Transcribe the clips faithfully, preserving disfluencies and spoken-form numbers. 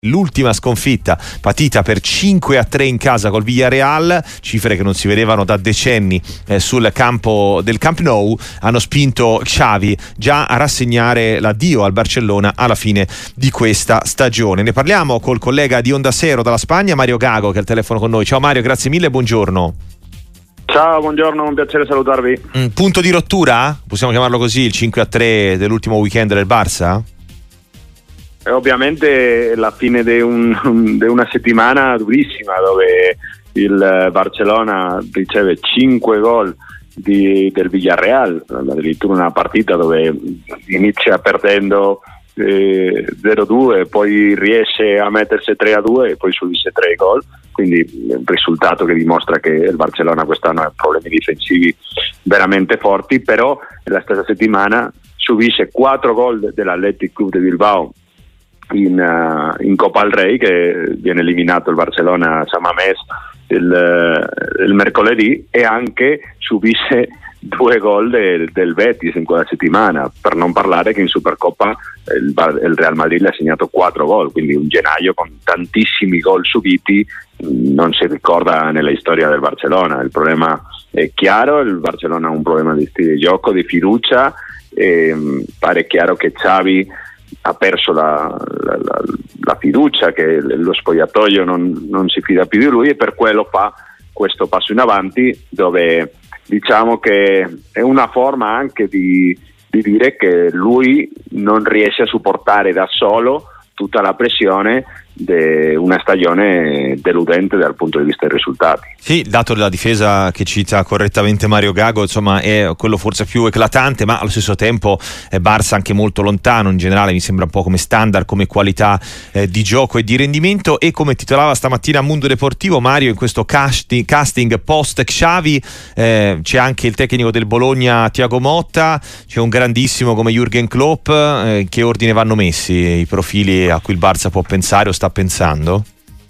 L'ultima sconfitta patita per cinque a tre in casa col Villarreal, cifre che non si vedevano da decenni eh, sul campo del Camp Nou, hanno spinto Xavi già a rassegnare l'addio al Barcellona alla fine di questa stagione. Ne parliamo col collega di Onda Cero dalla Spagna, Mario Gago, che è al telefono con noi. Ciao Mario, grazie mille e buongiorno. Ciao, buongiorno, un piacere salutarvi. Mm, punto di rottura? Possiamo chiamarlo così, il cinque a tre dell'ultimo weekend del Barça? E ovviamente la fine di un, una settimana durissima, dove il Barcellona riceve cinque gol di, del Villarreal, addirittura una partita dove inizia perdendo eh, zero due, poi riesce a mettersi tre a due e poi subisce tre gol, quindi un risultato che dimostra che il Barcellona quest'anno ha problemi difensivi veramente forti. Però la stessa settimana subisce quattro gol dell'Athletic Club de Bilbao in, uh, in Copa del Rey, che viene eliminato il Barcellona a San Mamés il, il mercoledì, e anche subisce due gol del, del Betis in quella settimana, per non parlare che in Supercoppa il, il Real Madrid le ha segnato quattro gol, quindi un gennaio con tantissimi gol subiti non si ricorda nella storia del Barcellona. Il problema è chiaro, il Barcellona ha un problema di stile di gioco, di fiducia, e mh, pare chiaro che Xavi ha perso la, la, la, la fiducia, che lo spogliatoio non, non si fida più di lui, e per quello fa questo passo in avanti, dove diciamo che è una forma anche di, di dire che lui non riesce a supportare da solo tutta la pressione di una stagione deludente dal punto di vista dei risultati. Sì, il dato della difesa che cita correttamente Mario Gago, insomma, è quello forse più eclatante, ma allo stesso tempo è Barça anche molto lontano in generale, mi sembra un po' come standard, come qualità eh, di gioco e di rendimento. E come titolava stamattina Mundo Deportivo, Mario, in questo casting, casting post Xavi eh, c'è anche il tecnico del Bologna Thiago Motta, c'è un grandissimo come Jürgen Klopp. Eh, che ordine vanno messi i profili a cui il Barça può pensare o sta pensando?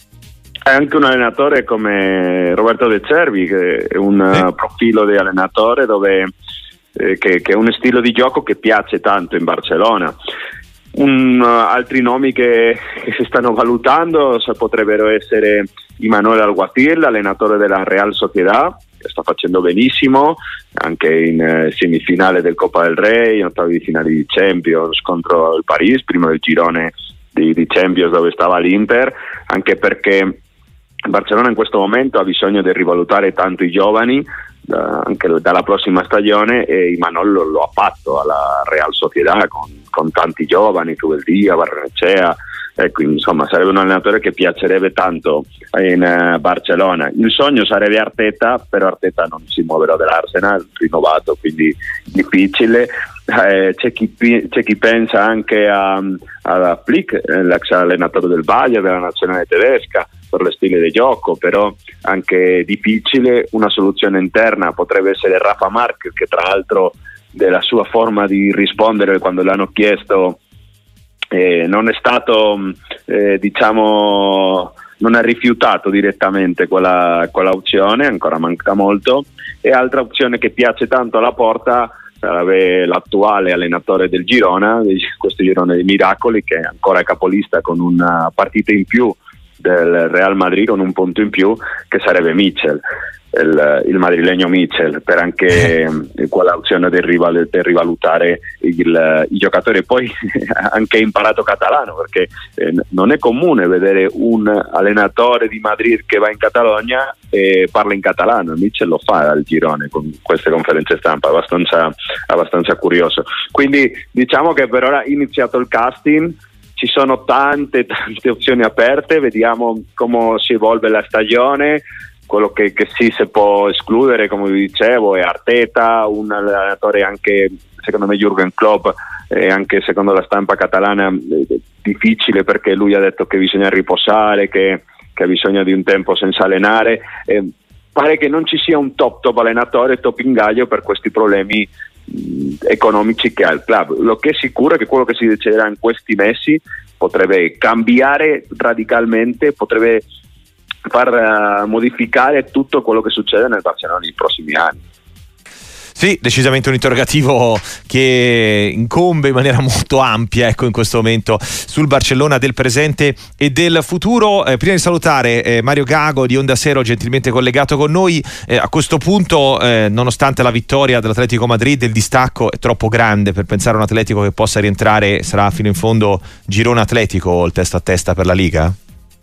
È anche un allenatore come Roberto De Zerbi, che è un eh. profilo di allenatore dove eh, che, che è un stile di gioco che piace tanto in Barcellona. Un, uh, altri nomi che, che si stanno valutando se potrebbero essere Imanol Alguacil, allenatore della Real Sociedad, che sta facendo benissimo anche in eh, semifinale del Copa del Rey, in ottavi di finale di Champions contro il Paris, primo del girone di, di Champions dove stava l'Inter, anche perché Barcellona in questo momento ha bisogno di rivalutare tanto i giovani uh, anche dalla prossima stagione, e Imanol lo, lo ha fatto alla Real Sociedad con, con tanti giovani, Zubeldia, Barrenechea. Ecco, insomma, sarebbe un allenatore che piacerebbe tanto in uh, Barcellona. Il sogno sarebbe Arteta, però Arteta non si muoverà dall'Arsenal, rinnovato, quindi difficile. Eh, c'è, chi, c'è chi pensa anche a, a Flick, l'ex allenatore del Bayern, della nazionale tedesca, per lo stile di gioco, però anche difficile. Una soluzione interna potrebbe essere Rafa Marquez, che tra l'altro della sua forma di rispondere quando l'hanno chiesto eh, non è stato eh, diciamo non ha rifiutato direttamente quella, quella opzione, ancora manca molto. E altra opzione che piace tanto alla Porta sarebbe l'attuale allenatore del Girona, questo Girone dei Miracoli, che è ancora capolista con una partita in più del Real Madrid, con un punto in più, che sarebbe Mitchell, il, il madrilegno Mitchell, per anche quella opzione del, rival, del rivalutare il, i giocatori. Poi anche imparato catalano, perché eh, non è comune vedere un allenatore di Madrid che va in Catalogna e parla in catalano. Mitchell lo fa al girone con queste conferenze stampa, abbastanza, abbastanza curioso. Quindi diciamo che per ora è iniziato il casting. Ci sono tante tante opzioni aperte, vediamo come si evolve la stagione. Quello che, che sì, si può escludere, come vi dicevo, è Arteta, un allenatore anche, secondo me, Jürgen Klopp, e anche secondo la stampa catalana difficile, perché lui ha detto che bisogna riposare, che, che ha bisogno di un tempo senza allenare. Eh, pare che non ci sia un top top allenatore, top ingaggio per questi problemi economici che ha il club. Lo che è sicuro è che quello che si deciderà in questi mesi potrebbe cambiare radicalmente, potrebbe far uh, modificare tutto quello che succede nel Barcellona nei prossimi anni. Sì, decisamente un interrogativo che incombe in maniera molto ampia, ecco, in questo momento sul Barcellona del presente e del futuro. Eh, prima di salutare eh, Mario Gago di Onda Cero, gentilmente collegato con noi, eh, a questo punto, eh, nonostante la vittoria dell'Atletico Madrid, il distacco è troppo grande per pensare a un Atletico che possa rientrare, sarà fino in fondo girone atletico il testa a testa per la Liga?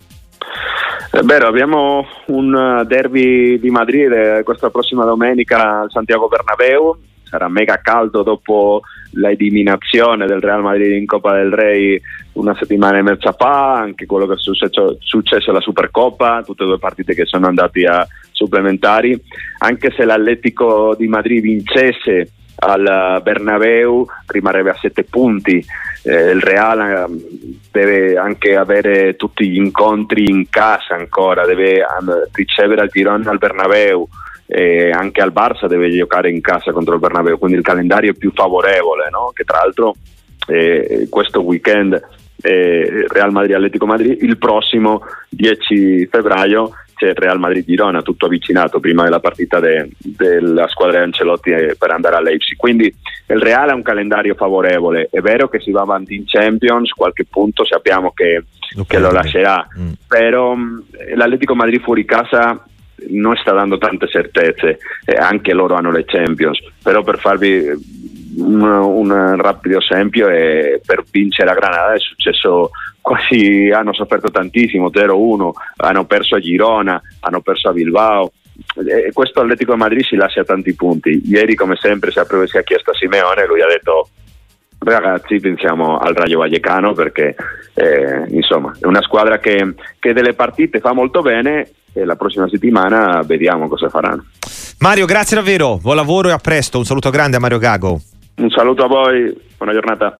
È vero, abbiamo un derby di Madrid questa prossima domenica al Santiago Bernabéu, sarà mega caldo dopo l'eliminazione del Real Madrid in Coppa del Rey una settimana e mezza fa, anche quello che è successo, successo alla Supercoppa, tutte e due partite che sono andati a supplementari. Anche se l'Atletico di Madrid vincesse al Bernabéu rimarrebbe a sette punti. Eh, il Real eh, deve anche avere tutti gli incontri in casa ancora, deve um, ricevere al Girona al Bernabéu, e anche al Barça deve giocare in casa contro il Bernabéu, quindi il calendario è più favorevole, no? Che tra l'altro eh, questo weekend eh, Real Madrid-Atletico Madrid, il prossimo dieci febbraio c'è il Real Madrid-Girona, tutto avvicinato prima della partita de, della squadra di Ancelotti per andare a Leipzig. Quindi il Real ha un calendario favorevole, è vero che si va avanti in Champions, qualche punto sappiamo che lo, che lo lascerà, mm. però mh, l'Atletico Madrid fuori casa non sta dando tante certezze, eh, anche loro hanno le Champions, però per farvi un, un rapido esempio, è, per vincere a Granada è successo quasi, hanno sofferto tantissimo, zero uno, hanno perso a Girona, hanno perso a Bilbao, e questo Atletico di Madrid si lascia tanti punti. Ieri, come sempre, si ha chiesto a Simeone, lui ha detto: ragazzi, pensiamo al Rayo Vallecano, perché eh, insomma è una squadra che, che delle partite fa molto bene, e la prossima settimana vediamo cosa faranno. Mario, grazie davvero, buon lavoro e a presto. Un saluto grande a Mario Gago. Un saluto a voi, buona giornata.